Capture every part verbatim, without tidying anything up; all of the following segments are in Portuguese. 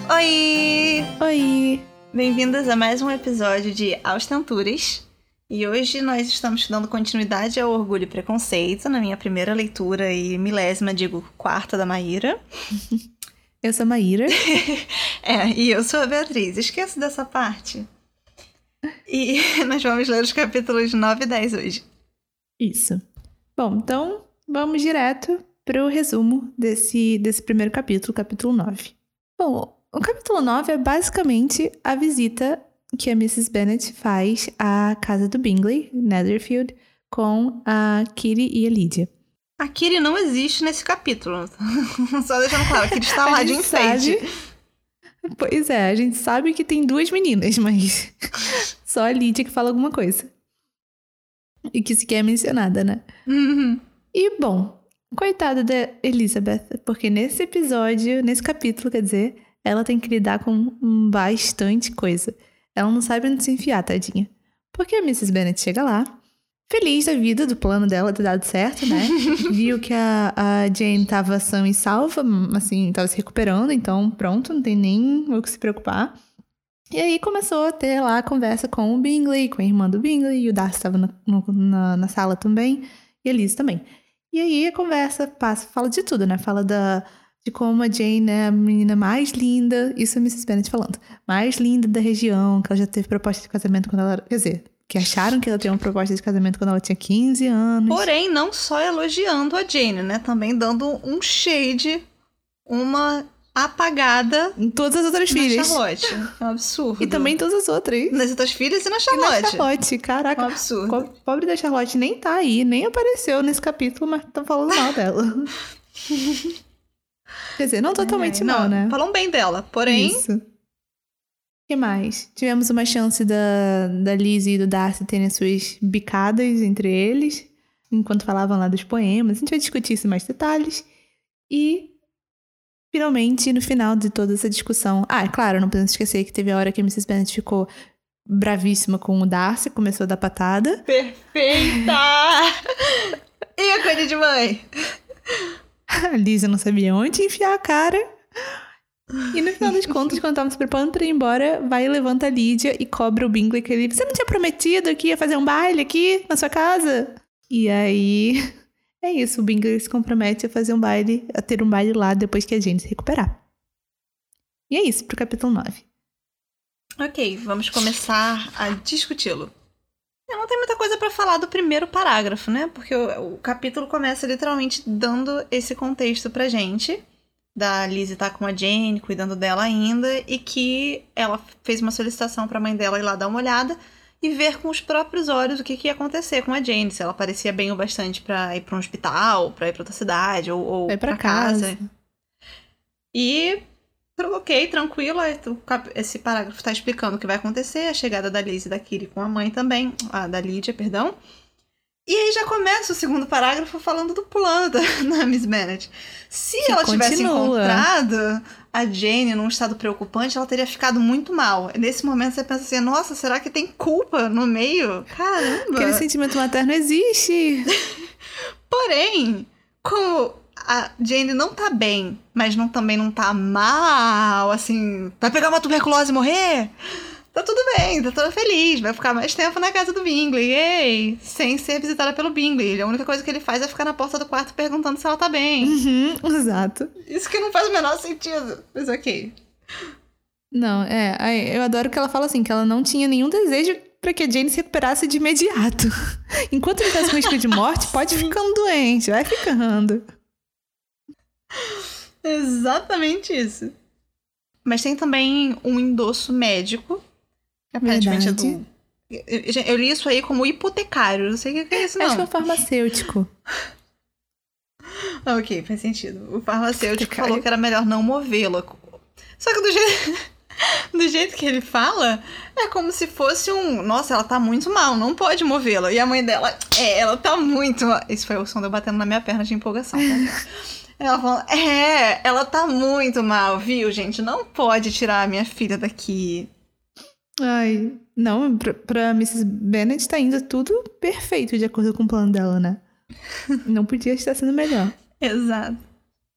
Oi! Oi! Bem-vindas a mais um episódio de Aos Tenturas. E hoje nós estamos dando continuidade ao Orgulho e Preconceito, na minha primeira leitura e milésima, digo, quarta da Maíra. Eu sou a Maíra. É, e eu sou a Beatriz. Esqueço dessa parte. E nós vamos ler os capítulos nove e dez hoje. Isso. Bom, então vamos direto para o resumo desse, desse primeiro capítulo, capítulo nove. Bom, o capítulo nove é basicamente a visita que a missus Bennet faz à casa do Bingley, Netherfield, com a Kitty e a Lydia. A Kitty não existe nesse capítulo. Só deixando claro, a Kitty está lá de enfeite. Sabe... Pois é, a gente sabe que tem duas meninas, mas só a Lydia que fala alguma coisa. E que sequer é mencionada, né? Uhum. E, bom, coitada da Elizabeth, porque nesse episódio, nesse capítulo, quer dizer, ela tem que lidar com bastante coisa. Ela não sabe onde se enfiar, tadinha. Porque a missus Bennet chega lá, feliz da vida, do plano dela ter dado certo, né? Viu que a, a Jane tava sã e salva, assim, tava se recuperando, então pronto, não tem nem o que se preocupar. E aí começou a ter lá a conversa com o Bingley, com a irmã do Bingley, e o Darcy estava na, na, na sala também, e a Liz também. E aí a conversa passa, fala de tudo, né? Fala da, de como a Jane é a menina mais linda, isso é a missus Bennet falando, mais linda da região, que ela já teve proposta de casamento quando ela... Quer dizer, que acharam que ela tinha uma proposta de casamento quando ela tinha quinze anos. Porém, não só elogiando a Jane, né? Também dando um shade, uma... apagada em todas as outras na filhas. Charlotte. É um absurdo. E também em todas as outras. Nas outras filhas e na Charlotte. E na Charlotte, caraca. É um absurdo. Pobre da Charlotte nem tá aí, nem apareceu nesse capítulo, mas estão falando mal dela. Quer dizer, não totalmente é, mal, não, né? Falam bem dela, porém... Isso. O que mais? Tivemos uma chance da, da Liz e do Darcy terem suas bicadas entre eles, enquanto falavam lá dos poemas. A gente vai discutir isso em mais detalhes. E... finalmente, no final de toda essa discussão... Ah, é claro, não podemos esquecer que teve a hora que a missus Bennet ficou bravíssima com o Darcy, começou a dar patada. Perfeita! Ícone de mãe! A Lisa não sabia onde enfiar a cara. E no final das contas, quando tava se preparando pra ir embora, vai e levanta a Lydia e cobra o Bingley que ele... Você não tinha prometido que ia fazer um baile aqui na sua casa? E aí... é isso, o Bingley se compromete a fazer um baile, a ter um baile lá depois que a Jane se recuperar. E é isso pro capítulo nove. Ok, vamos começar a discuti-lo. Eu não tenho muita coisa pra falar do primeiro parágrafo, né? Porque o, o capítulo começa literalmente dando esse contexto pra gente. Da Lizzie tá com a Jane, cuidando dela ainda, e que ela fez uma solicitação pra mãe dela ir lá dar uma olhada e ver com os próprios olhos o que, que ia acontecer com a Jane, se ela parecia bem o bastante pra ir pra um hospital, pra ir pra outra cidade, ou, ou Vai pra pra casa. casa. E, ok, tranquilo, esse parágrafo tá explicando o que vai acontecer, a chegada da Liz e da Kitty com a mãe também, ah, da Lydia, perdão. E aí já começa o segundo parágrafo falando do plano da, da miss Bennet. Se que ela tivesse continua. encontrado a Jane num estado preocupante, ela teria ficado muito mal. Nesse momento você pensa assim, nossa, será que tem culpa no meio? Caramba! Aquele sentimento materno existe! Porém, como a Jane não tá bem, mas não, também não tá mal, assim, vai pegar uma tuberculose e morrer... Tá tudo bem, tá toda feliz, vai ficar mais tempo na casa do Bingley, ei, sem ser visitada pelo Bingley. A única coisa que ele faz é ficar na porta do quarto perguntando se ela tá bem. Uhum, exato. Isso que não faz o menor sentido, mas ok. Não, é, eu adoro que ela fala assim, que ela não tinha nenhum desejo pra que a Jane se recuperasse de imediato. Enquanto ele tá com risco de morte, pode ir ficando doente, vai ficando. Exatamente isso. Mas tem também um endosso médico. Aparentemente é do... Eu, eu li isso aí como hipotecário. Não sei o que é isso, não. Acho que é um farmacêutico. Ok, faz sentido. O farmacêutico falou que era melhor não movê-la. Só que do jeito... do jeito que ele fala, é como se fosse um... Nossa, ela tá muito mal, não pode movê-la. E a mãe dela... É, ela tá muito mal. Esse foi o som de eu batendo na minha perna de empolgação. Tá? Ela falou... É, ela tá muito mal, viu, gente? Não pode tirar a minha filha daqui. Ai, não, pra, pra missus Bennet tá indo tudo perfeito de acordo com o plano dela, né? Não podia estar sendo melhor. Exato.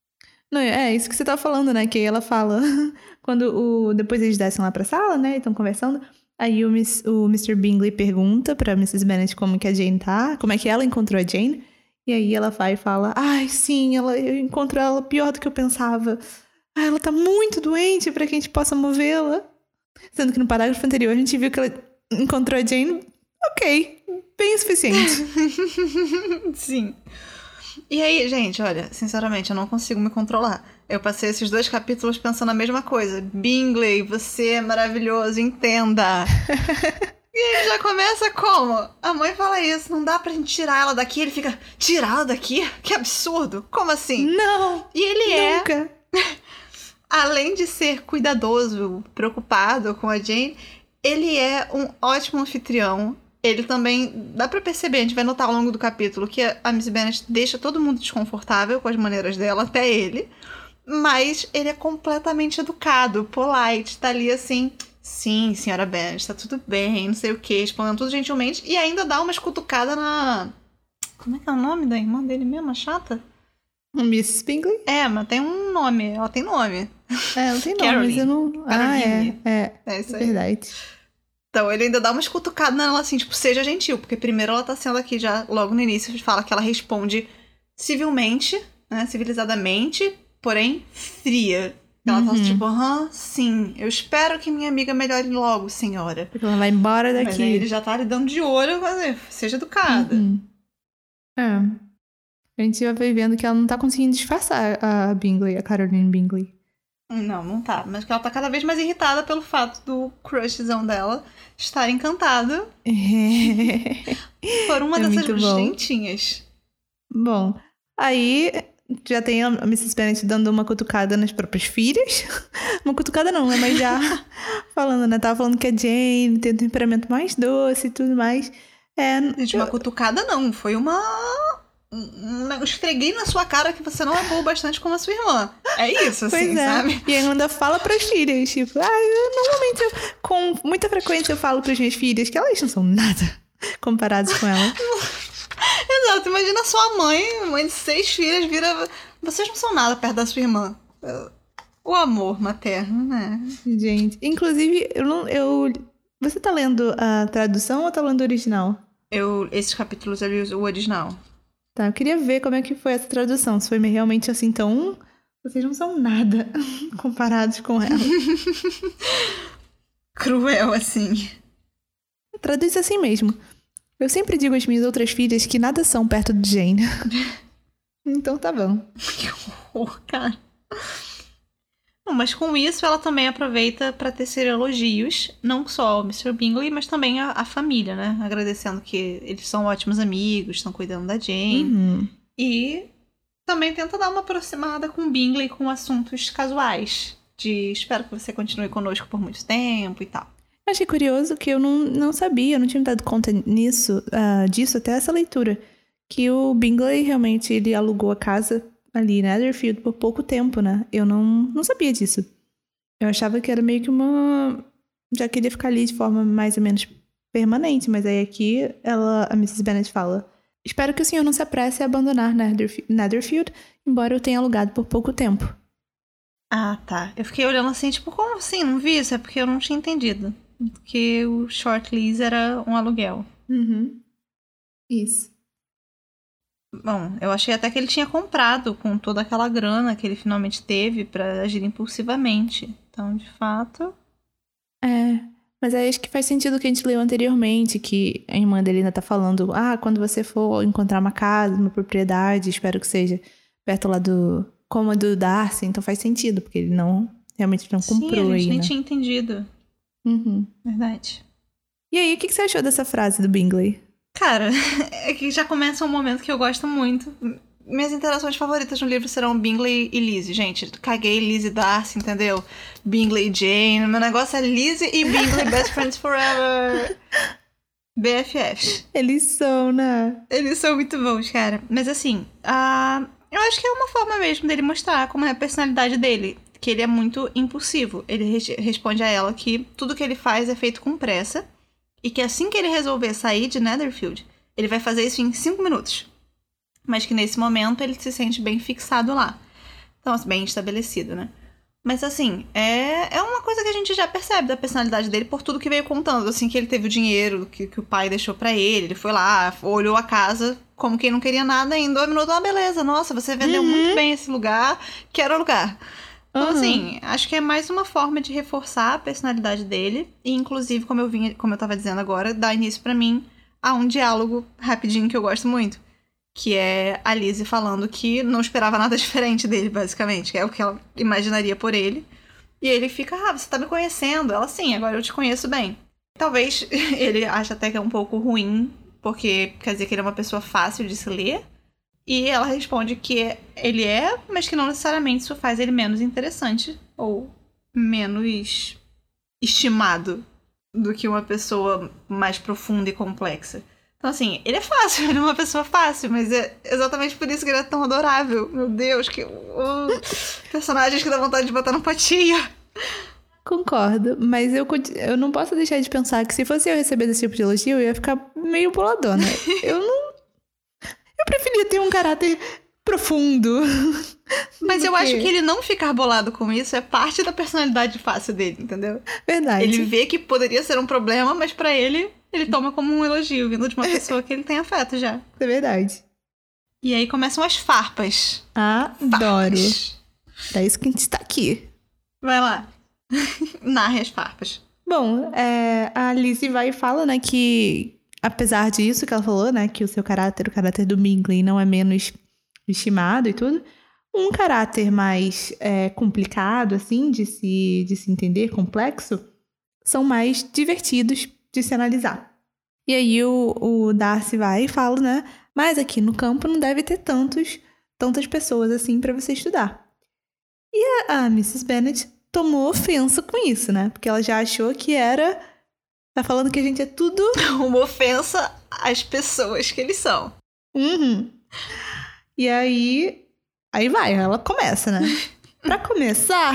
Não, é isso que você tá falando, né? Que aí ela fala... Quando o... Depois eles descem lá pra sala, né? E estão conversando. Aí o, Miss, o mister Bingley pergunta pra missus Bennet como que a Jane tá. Como é que ela encontrou a Jane. E aí ela vai e fala... Ai, sim, ela, eu encontro ela pior do que eu pensava. Ah, ela tá muito doente pra que a gente possa movê-la. Sendo que no parágrafo anterior a gente viu que ela encontrou a Jane... Ok, bem o suficiente. Sim. E aí, gente, olha, sinceramente, eu não consigo me controlar. Eu passei esses dois capítulos pensando a mesma coisa. Bingley, você é maravilhoso, entenda. E ele já começa como? A mãe fala isso, não dá pra gente tirar ela daqui. Ele fica, tirar ela daqui? Que absurdo. Como assim? Não, E ele nunca. é, além de ser cuidadoso, preocupado com a Jane, ele é um ótimo anfitrião. Ele também, dá pra perceber, a gente vai notar ao longo do capítulo que a miss Bennet deixa todo mundo desconfortável com as maneiras dela, até ele. Mas ele é completamente educado, polite, tá ali assim... Sim, senhora Bennet, tá tudo bem, não sei o que, respondendo tudo gentilmente. E ainda dá umas cutucadas na... Como é que é o nome da irmã dele mesmo, a chata? missus Bingley? É, mas tem um nome, ela tem nome. É, ela tem nome, Caroline. mas eu não... Caroline. Ah, é, é, É isso aí. verdade. Então ele ainda dá umas cutucadas nela assim, tipo, seja gentil. Porque primeiro ela tá sendo aqui já, logo no início, fala que ela responde civilmente, né, civilizadamente, porém fria. Ela tá Uhum. tipo, aham, sim, eu espero que minha amiga melhore logo, senhora. Porque ela vai embora daqui. Mas aí ele já tá lhe dando de olho, mas seja educada. Uhum. É. A gente já vai vendo que ela não tá conseguindo disfarçar a Bingley, a Caroline Bingley. Não, não tá. Mas que ela tá cada vez mais irritada pelo fato do crushzão dela estar encantado por uma É dessas muito bom. gentinhas. Bom, aí já tem a missus Bennet dando uma cutucada nas próprias filhas. Uma cutucada não, né? Mas já falando, né? Tava falando que a Jane tem um temperamento mais doce e tudo mais. É, Gente, uma cutucada não. Foi uma... Um, um, eu esfreguei na sua cara que você não é boa bastante como a sua irmã. É isso, assim, pois é. sabe? E ainda fala pras filhas, tipo... Ah, eu, normalmente, eu, com muita frequência, eu falo pras minhas filhas que elas não são nada comparadas com ela. Exato. Imagina a sua mãe, mãe de seis filhas, vira... Vocês não são nada perto da sua irmã. O amor materno, né? Gente, inclusive, eu não... Eu... Você tá lendo a tradução ou tá lendo o original? Eu, esses capítulos eu li o original. Tá, eu queria ver como é que foi essa tradução. Se foi realmente assim tão... Vocês não são nada comparados com ela. Cruel, assim. Traduz assim mesmo. Eu sempre digo às minhas outras filhas que nada são perto de Jane. Então tá bom. Que horror, cara. Bom, mas com isso ela também aproveita para tecer elogios, não só ao mister Bingley, mas também à, à família, né? Agradecendo que eles são ótimos amigos, estão cuidando da Jane. Uhum. E também tenta dar uma aproximada com o Bingley com assuntos casuais. De espero que você continue conosco por muito tempo e tal. Eu achei curioso que eu não, não sabia, eu não tinha me dado conta nisso, uh, disso até essa leitura. Que o Bingley realmente ele alugou a casa ali em Netherfield por pouco tempo, né? Eu não, não sabia disso. Eu achava que era meio que uma... Já queria ficar ali de forma mais ou menos permanente, mas aí aqui ela, a missus Bennet fala: espero que o senhor não se apresse a abandonar Netherf- Netherfield, embora eu tenha alugado por pouco tempo. Ah, tá. Eu fiquei olhando assim, tipo, como assim? Não vi isso? É porque eu não tinha entendido. Porque o short lease era um aluguel. Uhum. Isso. Bom, eu achei até que ele tinha comprado com toda aquela grana que ele finalmente teve pra agir impulsivamente. Então, de fato... É, mas aí acho que faz sentido o que a gente leu anteriormente, que a irmã dele ainda tá falando, ah, quando você for encontrar uma casa, uma propriedade, espero que seja perto lá do cômodo do Darcy, então faz sentido, porque ele não, realmente não comprou Sim, a gente aí, nem né? tinha entendido. Uhum. Verdade. E aí, o que que você achou dessa frase do Bingley? Cara, é que já começa um momento que eu gosto muito. Minhas interações favoritas no livro serão Bingley e Lizzie. Gente, caguei Lizzie e Darcy, entendeu? Bingley e Jane. Meu negócio é Lizzie e Bingley, best friends forever. B F Fs. Eles são, né? Eles são muito bons, cara. Mas assim, uh, eu acho que é uma forma mesmo dele mostrar como é a personalidade dele. Que ele é muito impulsivo. Ele re- responde a ela que tudo que ele faz é feito com pressa. E que assim que ele resolver sair de Netherfield, ele vai fazer isso em cinco minutos. Mas que nesse momento ele se sente bem fixado lá. Então, assim, bem estabelecido, né? Mas, assim, é, é uma coisa que a gente já percebe da personalidade dele por tudo que veio contando. Assim, que ele teve o dinheiro que, que o pai deixou pra ele. Ele foi lá, olhou a casa como quem não queria nada e em dois minutos, ah, beleza, nossa, você vendeu Uhum. muito bem esse lugar, quero alugar. Então, Uhum. assim, acho que é mais uma forma de reforçar a personalidade dele. E, inclusive, como eu, vinha, como eu tava dizendo agora, dá início pra mim a um diálogo rapidinho que eu gosto muito. Que é a Lizzie falando que não esperava nada diferente dele, basicamente. Que é o que ela imaginaria por ele. E ele fica, ah, você tá me conhecendo. Ela, sim, agora eu te conheço bem. Talvez ele ache até que é um pouco ruim, porque quer dizer que ele é uma pessoa fácil de se ler. E ela responde que ele é, mas que não necessariamente isso faz ele menos interessante ou menos estimado do que uma pessoa mais profunda e complexa. Então, assim, ele é fácil, ele é uma pessoa fácil, mas é exatamente por isso que ele é tão adorável. Meu Deus, que uh, personagens que dá vontade de botar no potinho. Concordo, mas eu, eu não posso deixar de pensar que se fosse eu receber esse tipo de elogio, eu ia ficar meio boladona. Eu não... Eu preferia ter um caráter profundo. Mas eu acho que ele não ficar bolado com isso é parte da personalidade fácil dele, entendeu? Verdade. Ele vê que poderia ser um problema, mas pra ele, ele toma como um elogio, vindo de uma pessoa que ele tem afeto já. É verdade. E aí começam as farpas. Adoro. Farpas. É isso que a gente tá aqui. Vai lá. Narre as farpas. Bom, é, a Lizzie vai e fala, né, que apesar disso que ela falou, né, que o seu caráter, o caráter do Bingley não é menos estimado e tudo, um caráter mais é, complicado, assim, de se, de se entender, complexo, são mais divertidos de se analisar. E aí o, o Darcy vai e fala, né, mas aqui no campo não deve ter tantos, tantas pessoas assim pra você estudar. E a, a missus Bennet tomou ofensa com isso, né, porque ela já achou que era... Tá falando que a gente é tudo... Uma ofensa às pessoas que eles são. Uhum. E aí... Aí vai, ela começa, né? Pra começar,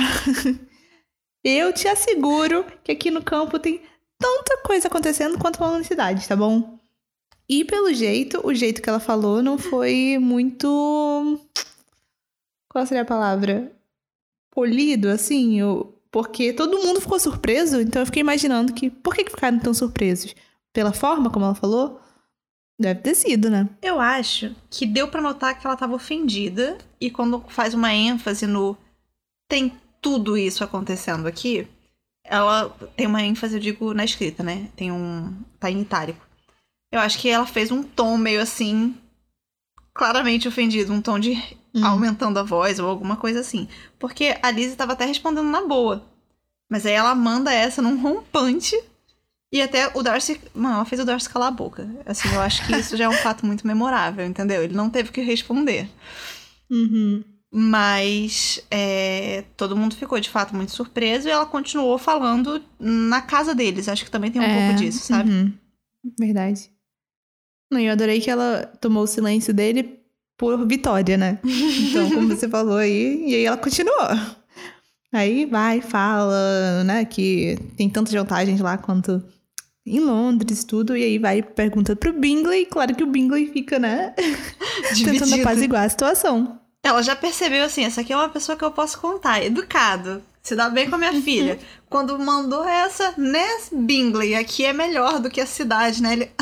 eu te asseguro que aqui no campo tem tanta coisa acontecendo quanto lá na cidade, tá bom? E pelo jeito, o jeito que ela falou não foi muito... Qual seria a palavra? Polido, assim, eu... porque todo mundo ficou surpreso, então eu fiquei imaginando que... Por que que ficaram tão surpresos? Pela forma como ela falou? Deve ter sido, né? Eu acho que deu pra notar que ela tava ofendida. E quando faz uma ênfase no... Tem tudo isso acontecendo aqui. Ela tem uma ênfase, eu digo, na escrita, né? Tem um... Tá em itálico. Eu acho que ela fez um tom meio assim... Claramente ofendido. Um tom de... Hum. Aumentando a voz ou alguma coisa assim. Porque a Lizzie tava até respondendo na boa. Mas aí ela manda essa num rompante... E até o Darcy... Mano, ela fez o Darcy calar a boca. Assim, eu acho que isso já é um fato muito memorável, entendeu? Ele não teve que responder. Uhum. Mas é, todo mundo ficou, de fato, muito surpreso. E ela continuou falando na casa deles. Acho que também tem um é, pouco disso, sabe? Uhum. Verdade. Não, eu adorei que ela tomou o silêncio dele por vitória, né? Então, como você falou aí... E aí ela continuou. Aí vai, fala, né? Que tem tantas vantagens lá quanto... em Londres e tudo, e aí vai e pergunta pro Bingley, claro que o Bingley fica, né, tentando apaziguar a situação. Ela já percebeu, assim, essa aqui é uma pessoa que eu posso contar, educado, se dá bem com a minha filha. Quando mandou essa, né, Bingley, aqui é melhor do que a cidade, né, ele...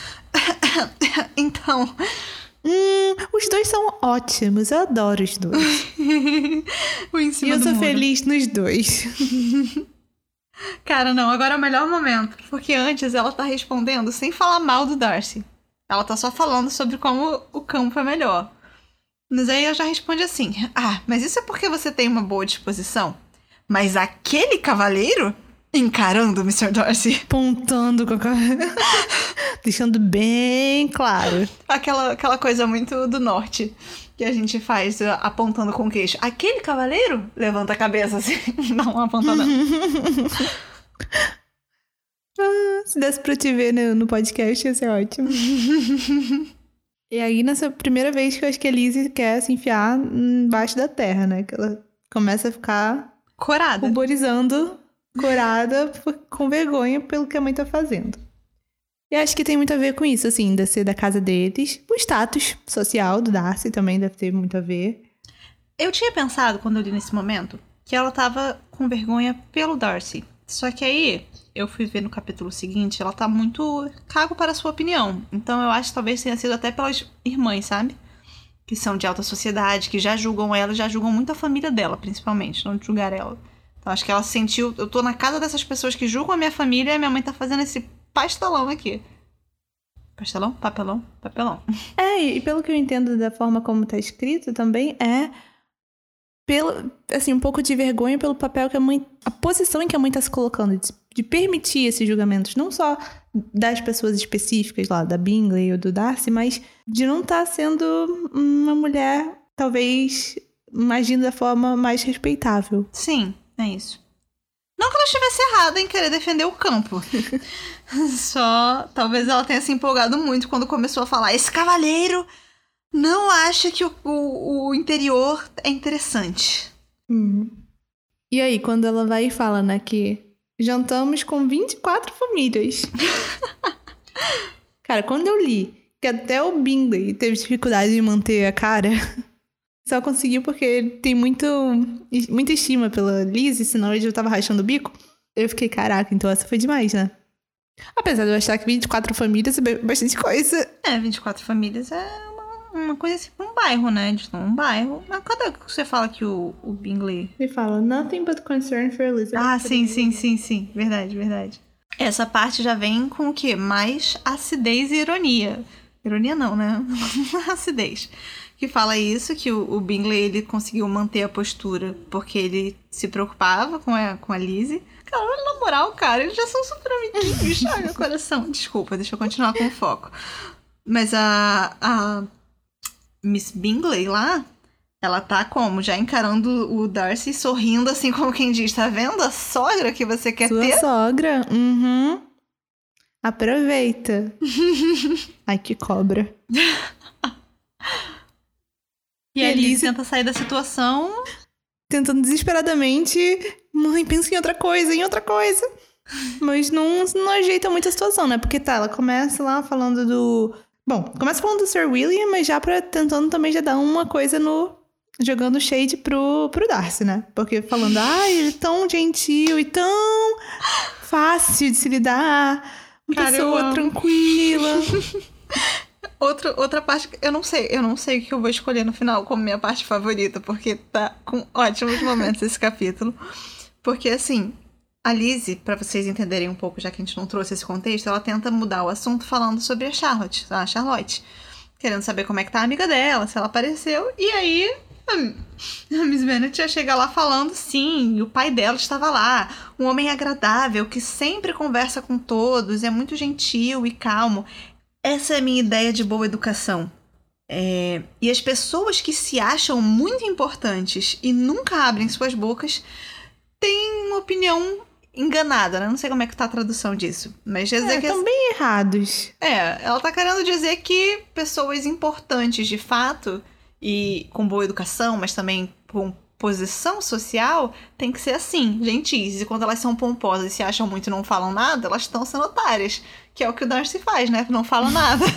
Então... Hum, os dois são ótimos, eu adoro os dois. O em cima e eu do sou muro. feliz nos dois. Cara, não, agora é o melhor momento. Porque antes ela tá respondendo sem falar mal do Darcy. Ela tá só falando sobre como o campo é melhor. Mas aí ela já responde assim: ah, mas isso é porque você tem uma boa disposição. Mas aquele cavaleiro encarando o mister Darcy. Apontando com a cara. Deixando bem claro. Aquela, aquela coisa muito do norte. Que a gente faz uh, apontando com o queixo. Aquele cavaleiro levanta a cabeça assim, dá uma apontada. ah, se desse pra te ver no, no podcast, ia ser ótimo. E aí, nessa primeira vez que eu acho que a Lizzie quer se enfiar embaixo da terra, né? Que ela começa a ficar... corada. Ruborizando, corada, com vergonha pelo que a mãe tá fazendo. E acho que tem muito a ver com isso, assim, de ser da casa deles. O status social do Darcy também deve ter muito a ver. Eu tinha pensado, quando eu li nesse momento, que ela tava com vergonha pelo Darcy. Só que aí, eu fui ver no capítulo seguinte, ela tá muito cago para a sua opinião. Então eu acho que talvez tenha sido até pelas irmãs, sabe? Que são de alta sociedade, que já julgam ela, já julgam muito a família dela, principalmente, não de julgar ela. Então acho que ela sentiu, eu tô na casa dessas pessoas que julgam a minha família e a minha mãe tá fazendo esse pastelão aqui. Pastelão? Papelão? Papelão. É, e pelo que eu entendo da forma como tá escrito também, é pelo, assim, um pouco de vergonha pelo papel que a mãe, a posição em que a mãe tá se colocando, de, de permitir esses julgamentos, não só das pessoas específicas lá, da Bingley ou do Darcy, mas de não estar tá sendo uma mulher, talvez, agindo da forma mais respeitável. Sim, é isso. Não que ela estivesse errada em querer defender o campo. Só, talvez ela tenha se empolgado muito quando começou a falar: esse cavaleiro não acha que o, o, o interior é interessante. Hum. E aí, quando ela vai e fala, né, que jantamos com vinte e quatro famílias. Cara, quando eu li que até o Bingley teve dificuldade de manter a cara, só conseguiu porque ele tem muito, muita estima pela Lizzie, senão ele já tava rachando o bico. Eu fiquei, caraca, então essa foi demais, né? Apesar de eu achar que vinte e quatro famílias é bastante coisa. É, vinte e quatro famílias é uma, uma coisa assim, um bairro, né? De um bairro. Mas cadê que você fala que o, o Bingley... Ele fala, nothing but concern for Elizabeth. Ah, sim, sim, sim, sim. Verdade, verdade. Essa parte já vem com o quê? Mais acidez e ironia. Ironia não, né? Acidez. Que fala isso, que o, o Bingley, ele conseguiu manter a postura porque ele se preocupava com a, com a Lizzie. Cara, na moral, cara, eles já são super amiguinhos, ai, meu coração. Desculpa, deixa eu continuar com o foco. Mas a, a Miss Bingley lá, ela tá como? Já encarando o Darcy, sorrindo assim como quem diz, tá vendo a sogra que você quer Sua ter? Sua sogra? Uhum. Aproveita. Ai, que cobra. E, e a Lizzie tenta sair da situação... Tentando desesperadamente... Mãe, pensa em outra coisa, em outra coisa. Mas não, não ajeita muito a situação, né? Porque tá, ela começa lá falando do... Bom, começa falando do Sir William, mas já pra, tentando também já dar uma coisa no... Jogando shade pro, pro Darcy, né? Porque falando, ai, ele é tão gentil e tão fácil de se lidar. Uma Cara, pessoa tranquila. Outra, outra parte, eu não sei, eu não sei o que eu vou escolher no final como minha parte favorita, porque tá com ótimos momentos esse capítulo. Porque, assim, a Lizzie, pra vocês entenderem um pouco, já que a gente não trouxe esse contexto, ela tenta mudar o assunto falando sobre a Charlotte, a Charlotte. Querendo saber como é que tá a amiga dela, se ela apareceu. E aí, a Miss Bennet já chega lá falando, sim, o pai dela estava lá. Um homem agradável, que sempre conversa com todos, é muito gentil e calmo. Essa é a minha ideia de boa educação. É... E as pessoas que se acham muito importantes e nunca abrem suas bocas têm uma opinião enganada, né? Não sei como é que tá a tradução disso. Mas quer dizer é, que... Estão bem errados. É, ela tá querendo dizer que pessoas importantes de fato e com boa educação, mas também com posição social, tem que ser assim, gentis. E quando elas são pomposas e se acham muito e não falam nada, elas estão sendo otárias. Que é o que o Darcy faz, né? Não fala nada.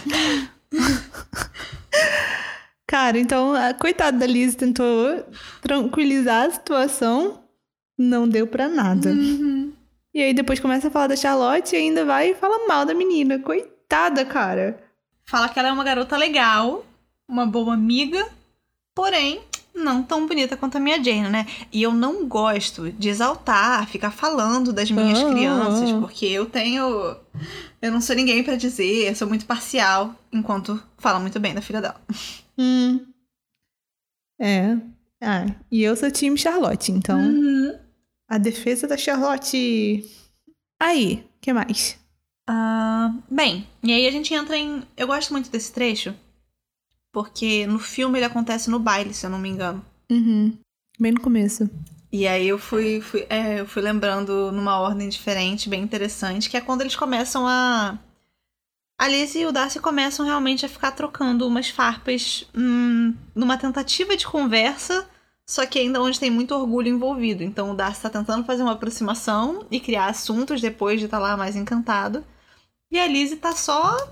Cara, então, a coitada da Liz tentou tranquilizar a situação, não deu pra nada. Uhum. E aí depois começa a falar da Charlotte e ainda vai e fala mal da menina. Coitada, cara. Fala que ela é uma garota legal, uma boa amiga, porém... não tão bonita quanto a minha Jane, né? E eu não gosto de exaltar, ficar falando das minhas oh, crianças, oh. porque eu tenho... Eu não sou ninguém pra dizer, eu sou muito parcial, enquanto fala muito bem da filha dela. Hum. É. Ah, e eu sou time Charlotte, então... Uhum. A defesa da Charlotte... Aí, o que mais? Uh, bem, e aí a gente entra em... Eu gosto muito desse trecho, porque no filme ele acontece no baile, se eu não me engano. Uhum. Bem no começo. E aí eu fui, fui, é, eu fui lembrando numa ordem diferente, bem interessante, que é quando eles começam a... A Liz e o Darcy começam realmente a ficar trocando umas farpas hum, numa tentativa de conversa, só que ainda onde tem muito orgulho envolvido. Então o Darcy tá tentando fazer uma aproximação e criar assuntos depois de estar lá mais encantado. E a Liz tá só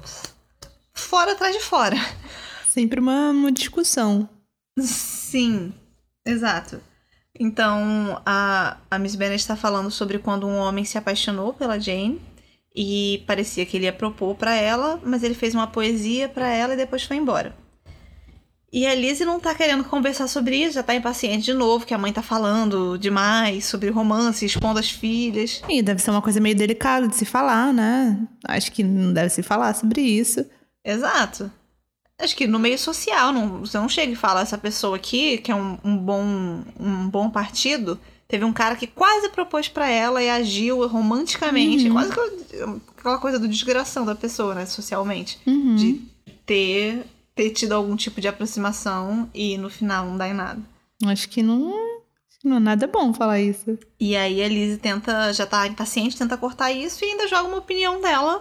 fora atrás de fora. Sempre uma, uma discussão. Sim. Exato. Então, a, a Miss Bennet está falando sobre quando um homem se apaixonou pela Jane e parecia que ele ia propor pra ela, mas ele fez uma poesia pra ela e depois foi embora. E a Lizzie não tá querendo conversar sobre isso, já tá impaciente de novo, que a mãe tá falando demais sobre romance, expondo as filhas. E deve ser uma coisa meio delicada de se falar, né? Acho que não deve se falar sobre isso. Exato. Acho que no meio social, não, você não chega e fala, essa pessoa aqui, que é um, um, bom, um bom partido, teve um cara que quase propôs pra ela e agiu romanticamente, Uhum. quase que aquela coisa do desgração da pessoa, né, socialmente, Uhum. de ter, ter tido algum tipo de aproximação e no final não dá em nada. Acho que não, não é nada bom falar isso. E aí a Lizzie tenta, já tá impaciente, tenta cortar isso e ainda joga uma opinião dela,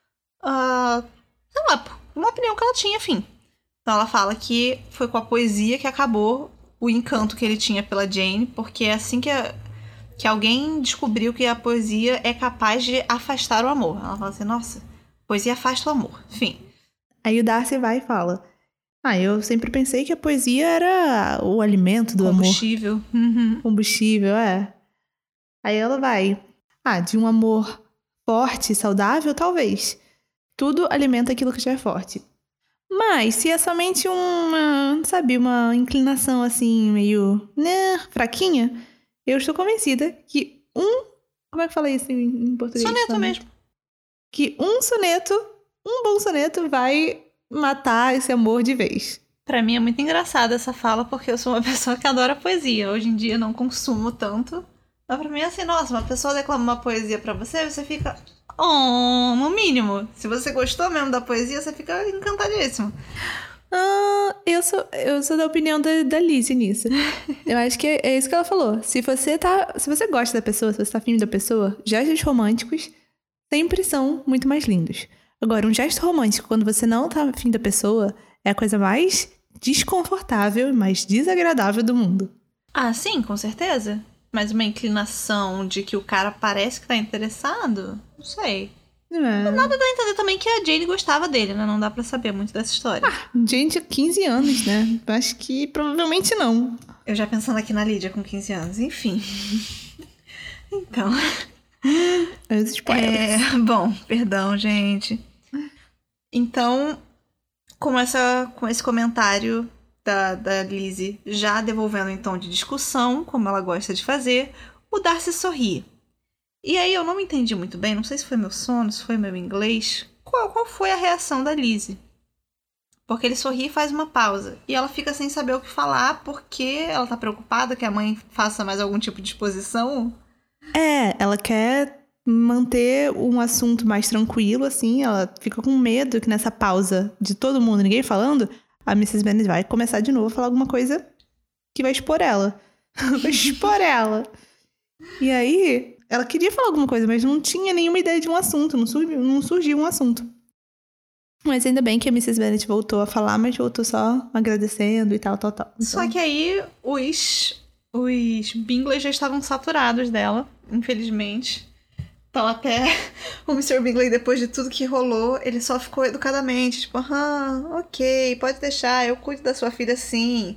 uh, sei lá, uma opinião que ela tinha, enfim. Então ela fala que foi com a poesia que acabou o encanto que ele tinha pela Jane, porque é assim que, a, que alguém descobriu que a poesia é capaz de afastar o amor. Ela fala assim, nossa, poesia afasta o amor. Enfim. Aí o Darcy vai e fala, ah, eu sempre pensei que a poesia era o alimento do Combustível. amor. Uhum. Combustível, é. Aí ela vai, ah, de um amor forte, saudável, talvez. Tudo alimenta aquilo que já é forte. Mas se é somente uma, sabe, uma inclinação assim, meio, né, fraquinha, eu estou convencida que um... Como é que fala isso em, em português? Soneto mesmo. Que um soneto, um bom soneto vai matar esse amor de vez. Pra mim é muito engraçada essa fala, porque eu sou uma pessoa que adora poesia. Hoje em dia não consumo tanto. Mas pra mim é assim, nossa, uma pessoa declama uma poesia pra você, você fica... Oh, no mínimo. Se você gostou mesmo da poesia, você fica encantadíssimo. Ah, eu sou, eu sou da opinião da, da Lizzie nisso. Eu acho que é, é isso que ela falou. Se você tá, se você gosta da pessoa, se você tá afim da pessoa, gestos românticos sempre são muito mais lindos. Agora, um gesto romântico, quando você não tá afim da pessoa, é a coisa mais desconfortável e mais desagradável do mundo. Ah, sim, com certeza. Mas uma inclinação de que o cara parece que tá interessado, não sei. É. Nada dá a entender também que a Jane gostava dele, né? Não dá pra saber muito dessa história. Ah, gente, quinze anos, né? Acho que provavelmente não. Eu já pensando aqui na Lídia com quinze anos, enfim. Então... Os spoilers. É, bom, perdão, gente. Então, com, essa, com esse comentário da, da Lizzie já devolvendo em tom de discussão, como ela gosta de fazer, o Darcy sorri. E aí eu não me entendi muito bem, não sei se foi meu sono, se foi meu inglês. Qual, qual foi a reação da Lizzie? Porque ele sorri e faz uma pausa. E ela fica sem saber o que falar, porque ela tá preocupada que a mãe faça mais algum tipo de exposição. É, ela quer manter um assunto mais tranquilo, assim. Ela fica com medo que nessa pausa de todo mundo, ninguém falando, a missus Bennet vai começar de novo a falar alguma coisa que vai expor ela. Vai expor ela. E aí, ela queria falar alguma coisa, mas não tinha nenhuma ideia de um assunto. Não surgiu, não surgiu um assunto. Mas ainda bem que a missus Bennet voltou a falar, mas voltou só agradecendo e tal, tal, tal. Então... Só que aí os, os Bingley já estavam saturados dela, infelizmente. Então até o mister Bingley, depois de tudo que rolou, ele só ficou educadamente, tipo, aham, ok, pode deixar, eu cuido da sua filha sim.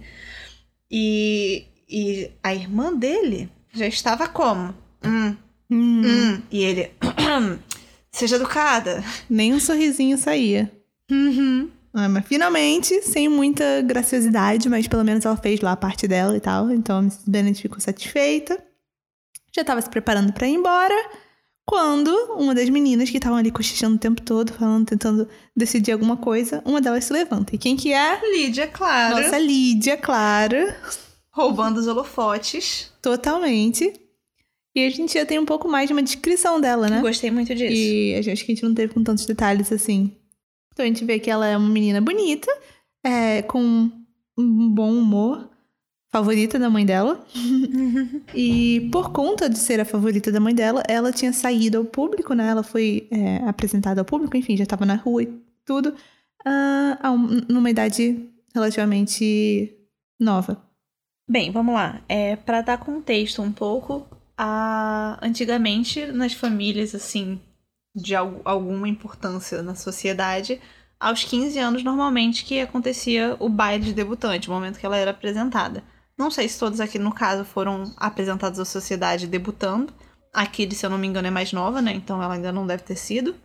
E, e a irmã dele já estava como? Hum, Hum. hum. E ele, seja educada. Nem um sorrisinho saía. Uhum. Ah, mas finalmente, sem muita graciosidade, mas pelo menos ela fez lá a parte dela e tal. Então a missus Bennet ficou satisfeita. Já estava se preparando para ir embora, quando uma das meninas que estavam ali cochichando o tempo todo, falando, tentando decidir alguma coisa, uma delas se levanta. E quem que é? Lídia, claro. Nossa Lídia, claro. Roubando os holofotes. Totalmente. E a gente já tem um pouco mais de uma descrição dela, né? Gostei muito disso. E a gente, acho que a gente não teve com tantos detalhes assim. Então a gente vê que ela é uma menina bonita, é, com um bom humor, favorita da mãe dela. E por conta de ser a favorita da mãe dela, ela tinha saído ao público, né? Ela foi é, apresentada ao público, enfim, já estava na rua e tudo, uh, numa idade relativamente nova. Bem, vamos lá. É, para dar contexto um pouco, a... antigamente nas famílias, assim, de al- alguma importância na sociedade, aos quinze anos normalmente que acontecia o baile de debutante, o momento que ela era apresentada. Não sei se todos aqui, no caso, foram apresentados à sociedade debutando. A Kiri, se eu não me engano, é mais nova, né? Então ela ainda não deve ter sido.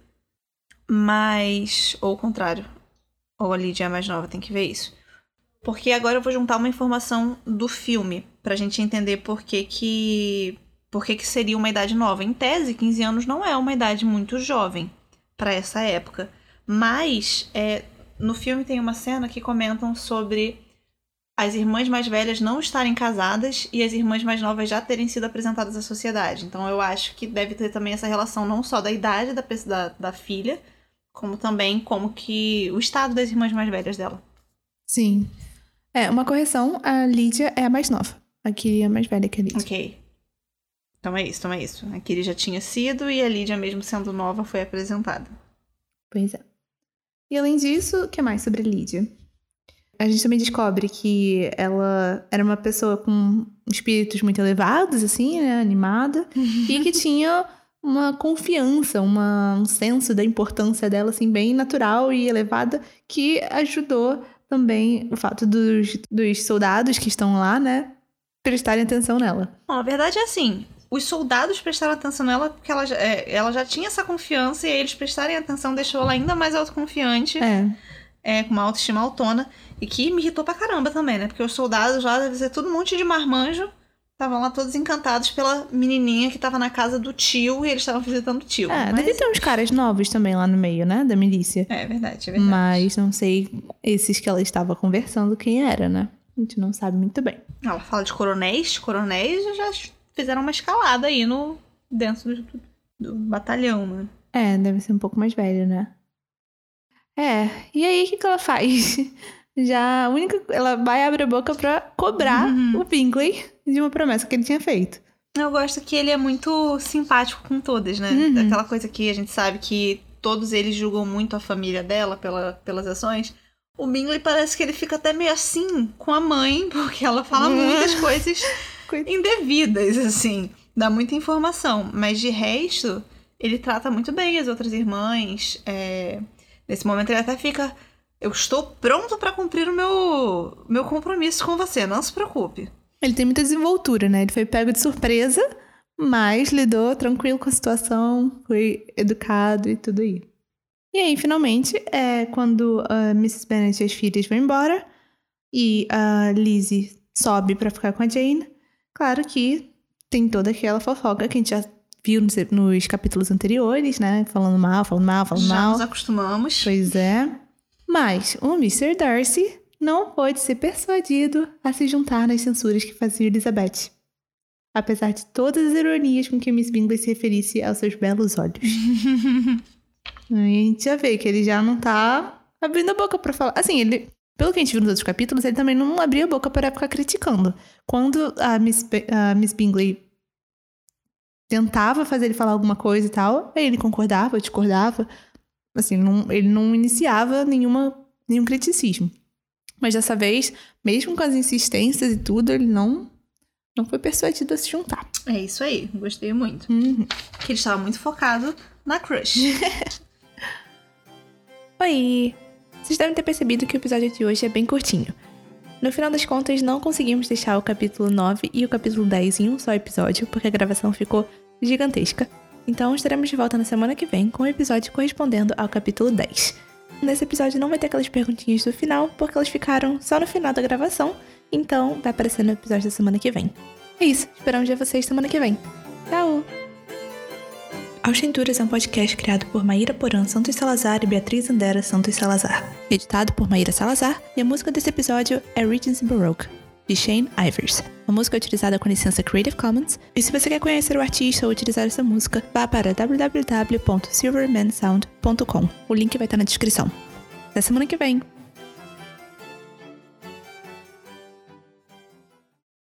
Mas... Ou o contrário. Ou a Lydia é mais nova, tem que ver isso. Porque agora eu vou juntar uma informação do filme. Pra gente entender por que que... Por que que seria uma idade nova. Em tese, quinze anos não é uma idade muito jovem pra essa época. Mas, é, no filme tem uma cena que comentam sobre... as irmãs mais velhas não estarem casadas e as irmãs mais novas já terem sido apresentadas à sociedade. Então eu acho que deve ter também essa relação não só da idade da, da, da filha, como também como que o estado das irmãs mais velhas dela. Sim. É, uma correção, a Lydia é a mais nova. A Kiri é a mais velha que a Lydia. Ok. Então é isso, então é isso. A Kiri já tinha sido e a Lydia, mesmo sendo nova, foi apresentada. Pois é. E além disso, o que mais sobre a Lydia? A gente também descobre que ela era uma pessoa com espíritos muito elevados, assim, né? Animada. E que tinha uma confiança, uma, um senso da importância dela, assim, bem natural e elevada, que ajudou também o fato dos, dos soldados que estão lá, né? Prestarem atenção nela. Bom, a verdade é assim, os soldados prestaram atenção nela porque ela, é, ela já tinha essa confiança e aí eles prestarem atenção deixou ela ainda mais autoconfiante. É. É, com uma autoestima autona. E que me irritou pra caramba também, né? Porque os soldados lá, deve ser tudo um monte de marmanjo. Estavam lá todos encantados pela menininha que tava na casa do tio e eles estavam visitando o tio. É, mas... deve ter uns caras novos também lá no meio, né? Da milícia. É verdade, é verdade. Mas não sei esses que ela estava conversando quem era, né? A gente não sabe muito bem. Ela fala de coronéis. Coronéis já fizeram uma escalada aí no... dentro do, do batalhão, né? É, deve ser um pouco mais velho, né? É, e aí o que, que ela faz? Já a única... Ela vai abrir a boca pra cobrar uhum. o Bingley de uma promessa que ele tinha feito. Eu gosto que ele é muito simpático com todas, né? Uhum. Aquela coisa que a gente sabe que todos eles julgam muito a família dela pela, pelas ações. O Bingley parece que ele fica até meio assim com a mãe, porque ela fala uhum. muitas coisas indevidas, assim. Dá muita informação. Mas de resto, ele trata muito bem as outras irmãs. É... Nesse momento ele até fica... Eu estou pronto pra cumprir o meu, meu compromisso com você, não se preocupe. Ele tem muita desenvoltura, né? Ele foi pego de surpresa, mas lidou tranquilo com a situação, foi educado e tudo aí. E aí, finalmente, é quando a missus Bennet e as filhas vão embora e a Lizzie sobe pra ficar com a Jane, claro que tem toda aquela fofoca que a gente já viu nos, nos capítulos anteriores, né? Falando mal, falando mal, falando já mal. Já nos acostumamos. Pois é. Mas o mister Darcy não pôde ser persuadido a se juntar nas censuras que fazia Elizabeth. Apesar de todas as ironias com que Miss Bingley se referisse aos seus belos olhos. Aí a gente já vê que ele já não tá abrindo a boca pra falar. Assim, ele... Pelo que a gente viu nos outros capítulos, ele também não abria a boca para ficar criticando. Quando a Miss, a Miss Bingley tentava fazer ele falar alguma coisa e tal, aí ele concordava, discordava. Assim, não, ele não iniciava nenhuma, nenhum criticismo. Mas dessa vez, mesmo com as insistências e tudo, ele não, não foi persuadido a se juntar. É isso aí, gostei muito. Uhum. Porque ele estava muito focado na crush. Oi! Vocês devem ter percebido que o episódio de hoje é bem curtinho. No final das contas, não conseguimos deixar o capítulo nove e o capítulo dez em um só episódio, porque a gravação ficou gigantesca. Então, estaremos de volta na semana que vem com o episódio correspondendo ao capítulo dez. Nesse episódio não vai ter aquelas perguntinhas do final, porque elas ficaram só no final da gravação, então vai aparecer no episódio da semana que vem. É isso, esperamos ver vocês semana que vem. Tchau! Auxenturas é um podcast criado por Maíra Porã Santos Salazar e Beatriz Andera Santos Salazar. Editado por Maíra Salazar, e a música desse episódio é Regency Baroque, de Shane Ivers. A música é utilizada com licença Creative Commons, e se você quer conhecer o artista ou utilizar essa música, vá para w w w ponto silverman sound ponto com. O link vai estar na descrição. Até semana que vem!